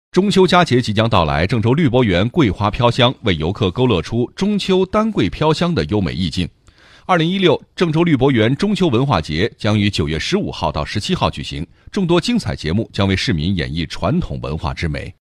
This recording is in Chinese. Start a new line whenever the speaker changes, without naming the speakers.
中秋佳节即将到来，郑州绿博园桂花飘香，为游客勾勒出中秋丹桂飘香的优美意境。2016郑州绿博园中秋文化节将于9月15号到17号举行，众多精彩节目将为市民演绎传统文化之美。